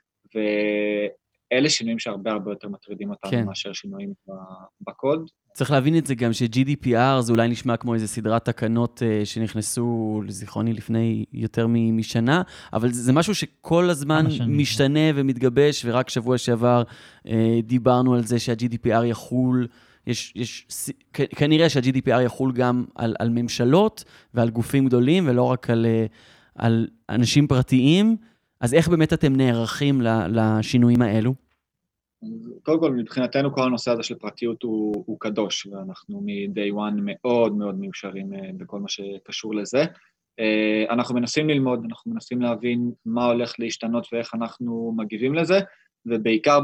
G: ואלה שינויים שהרבה הרבה יותר מטרידים אותנו מאשר שינויים בקוד.
B: צריך להבין את זה גם ש-GDPR זה אולי נשמע כמו איזו סדרת תקנות שנכנסו לזיכרוני לפני יותר משנה, אבל זה משהו שכל הזמן משתנה ומתגבש, ורק שבוע שעבר דיברנו על זה שה-GDPR יחול, כנראה שה-GDPR יחול גם על ממשלות ועל גופים גדולים, ולא רק על אנשים פרטיים. אז איך באמת אתם נערכים לשינויים האלו?
G: קודם כל, מבחינתנו כל הנושא הזה של פרטיות הוא קדוש, ואנחנו מ-day one מאוד מאוד מיושרים בכל מה שקשור לזה. אנחנו מנסים ללמוד, אנחנו מנסים להבין מה הולך להשתנות ואיך אנחנו מגיבים לזה, ובעיקר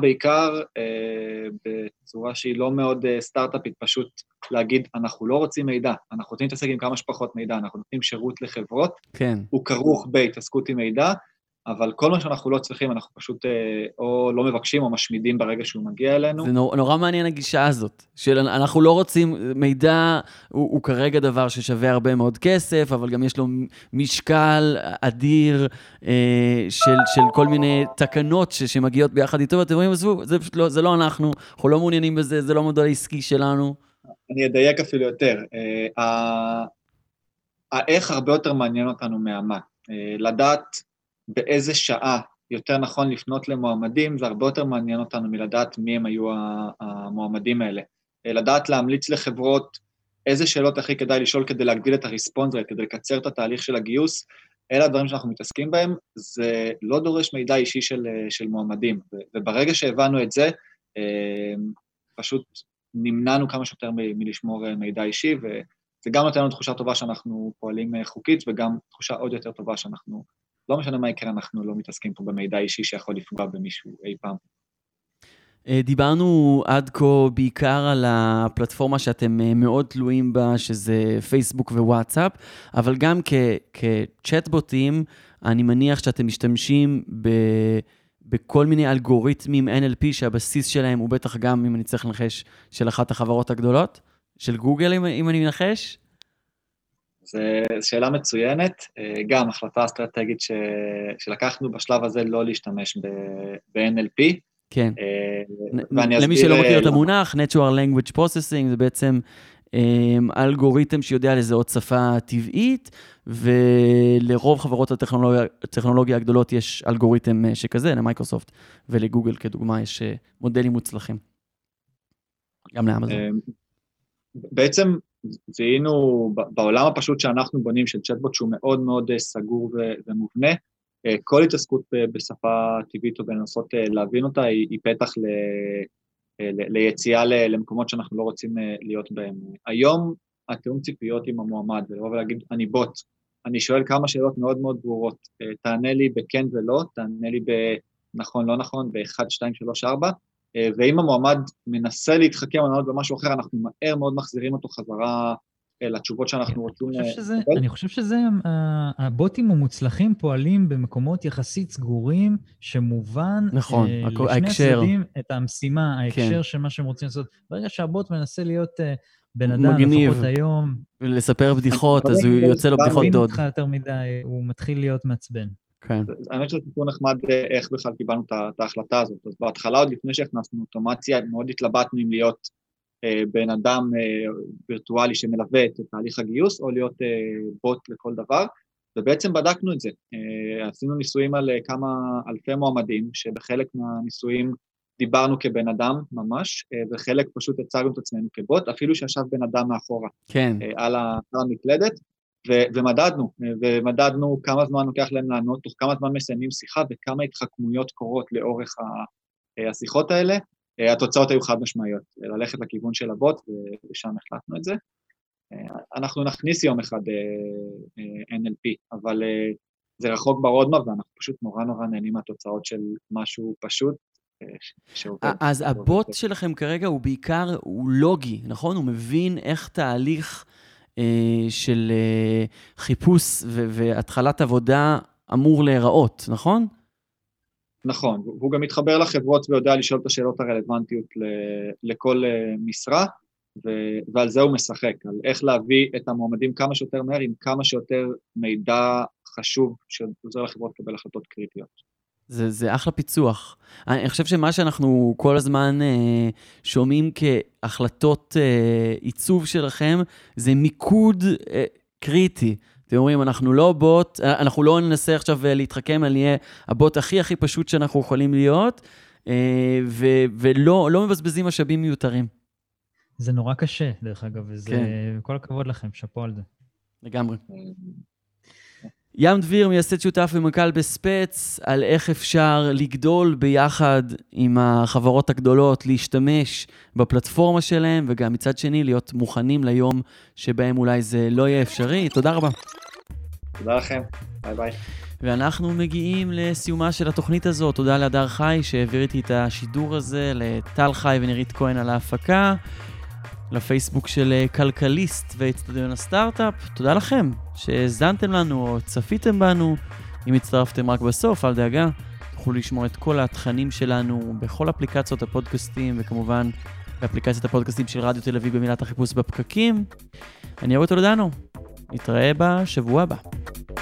G: בצורה שהיא לא מאוד סטארט-אפית, פשוט להגיד, אנחנו לא רוצים מידע, אנחנו רוצים להתעסק עם כמה שפחות מידע, אנחנו נותנים שירות לחברות,
B: כן.
G: הוא כרוך בהתעסקות עם מידע, אבל כל מה שאנחנו לא צריכים, אנחנו פשוט או לא מבקשים או משמידים ברגע שהוא מגיע אלינו.
B: זה נורא מעניין הגישה הזאת, שאנחנו לא רוצים, מידע הוא כרגע דבר ששווה הרבה מאוד כסף, אבל גם יש לו משקל אדיר של כל מיני תקנות שמגיעות ביחד איתו, ואתם רואים, זה לא אנחנו לא מעוניינים בזה, זה לא מודל העסקי שלנו.
G: אני אדייק אפילו יותר. איך הרבה יותר מעניין אותנו מהמה. לדעת באיזה שעה יותר נכון לפנות למועמדים, זה הרבה יותר מעניין אותנו מלדעת מי הם היו המועמדים האלה. לדעת להמליץ לחברות איזה שאלות הכי כדאי לשאול כדי להגדיל את הריספונס רייט, כדי לקצר את התהליך של הגיוס, אלה הדברים שאנחנו מתעסקים בהם, זה לא דורש מידע אישי של מועמדים, וברגע שהבנו את זה, פשוט נמנענו כמה שיותר מלשמור מידע אישי, וזה גם נותן לנו תחושה טובה שאנחנו פועלים חוקית, וגם תחושה עוד יותר טובה שאנחנו לא משנה מה יקרה, אנחנו לא מתעסקים פה במידע אישי שיכול לפגוע במישהו אי פעם.
B: דיברנו עד כה בעיקר על הפלטפורמה שאתם מאוד תלויים בה, שזה פייסבוק ווואטסאפ, אבל גם כצ'אטבוטים, אני מניח שאתם משתמשים בכל מיני אלגוריתמים NLP, שהבסיס שלהם הוא בטח גם, אם אני צריך לנחש, של אחת החברות הגדולות, של גוגל, אם אני מנחש.
G: זו שאלה מצוינת, גם החלטה אסטרטגית שלקחנו בשלב הזה לא להשתמש ב-NLP.
B: כן, למי שלא מכיר את המונח, Natural Language Processing, זה בעצם אלגוריתם שיודע לזהות שפה טבעית, ולרוב חברות הטכנולוגיה הגדולות יש אלגוריתם שכזה, למייקרוסופט ולגוגל כדוגמה, יש מודלים מוצלחים. גם לאמזון.
G: בעצם זיהינו בעולם הפשוט שאנחנו בונים של צ'טבוט שהוא מאוד מאוד סגור ומובנה, כל התעסקות בשפה טבעית או בלנסות להבין אותה היא פתח ליציאה למקומות שאנחנו לא רוצים להיות בהם. היום התיאום ציפיות עם המועמד, ולבוא ולהגיד, אני בוט, אני שואל כמה שאלות מאוד מאוד ברורות, תענה לי בכן ולא, תענה לי בנכון, לא נכון, ב-1, 2, 3, 4, ואם המועמד מנסה להתחכם או לענות במשהו אחר, אנחנו מהר מאוד מחזירים אותו חזרה לתשובות שאנחנו רוצים.
C: אני חושב שזה, הבוטים המוצלחים פועלים במקומות יחסית סגורים, שמובן לשני הצדדים את המשימה, ההקשר של מה שהם רוצים לעשות. ברגע שהבוט מנסה להיות בן אדם, לפחות היום,
B: ולספר בדיחות, אז הוא יוצא לו בדיחות דוד.
C: הוא מתחיל להיות מעצבן.
G: האמת שזה סיפור נחמד איך בכלל קיבלנו את ההחלטה הזאת. אז בהתחלה עוד לפני שהכנסנו אוטומציה, מאוד התלבטנו אם להיות בן אדם וירטואלי שמלווה את תהליך הגיוס, או להיות בוט לכל דבר, ובעצם בדקנו את זה. עשינו ניסויים על כמה אלפי מועמדים, שבחלק מהניסויים דיברנו כבן אדם ממש, וחלק פשוט הצגנו את עצמנו כבוט, אפילו שישב בן אדם מאחורה על המקלדת, ומדדנו כמה זמן לוקח להם לענות, תוך כמה זמן מסיימים שיחה, וכמה התחכמויות קורות לאורך השיחות האלה. התוצאות היו חד משמעיות, ללכת לכיוון של הבוט, ושם החלטנו את זה. אנחנו נכניס יום אחד NLP, אבל זה רחוק ברודמאפ, ואנחנו פשוט נורא נהנים מהתוצאות של משהו פשוט,
B: אז הבוט שלכם כרגע הוא בעיקר, הוא לוגי, נכון? הוא מבין איך תהליך של חיפוש והתחלת עבודה אמור להיראות, נכון?
G: נכון, הוא גם מתחבר לחברות ויודע לשאול את השאלות הרלוונטיות לכל משרה, ועל זה הוא משחק, על איך להביא את המועמדים כמה שיותר מהר, עם כמה שיותר מידע חשוב שעוזר לחברות לקבל החלטות קריטיות.
B: זה אחלה פיצוח. אני חושב שמה שאנחנו כל הזמן שומעים כהחלטות עיצוב שלכם, זה מיקוד קריטי. אתם אומרים, אנחנו לא בוט, אנחנו לא ננסה עכשיו להתחכם על נהיה הבוט הכי פשוט שאנחנו יכולים להיות, ולא מבזבזים משאבים מיותרים.
C: זה נורא קשה, דרך אגב, וזה כל הכבוד לכם, שפו על זה.
B: לגמרי. ים דביר, מייסד שותף ומנכ"ל בספץ, על איך אפשר לגדול ביחד עם החברות הגדולות, להשתמש בפלטפורמה שלהם, וגם מצד שני להיות מוכנים ליום שבהם אולי זה לא יהיה אפשרי. תודה רבה.
G: תודה לכם, ביי ביי.
B: ואנחנו מגיעים לסיומה של התוכנית הזאת. תודה להדר חי שהעביר איתי את השידור הזה, לטל חי ונירית כהן על ההפקה, לפייסבוק של כלכליסט ואצטדיון הסטארט-אפ. תודה לכם שהזנתם לנו או צפיתם בנו. אם הצטרפתם רק בסוף, אל דאגה, תוכלו לשמוע את כל התכנים שלנו בכל אפליקציות הפודקאסטים, וכמובן באפליקציית הפודקאסטים של רדיו תל אביב במילת החיפוש בפקקים. אני אורי טולדנו, נתראה בשבוע הבא.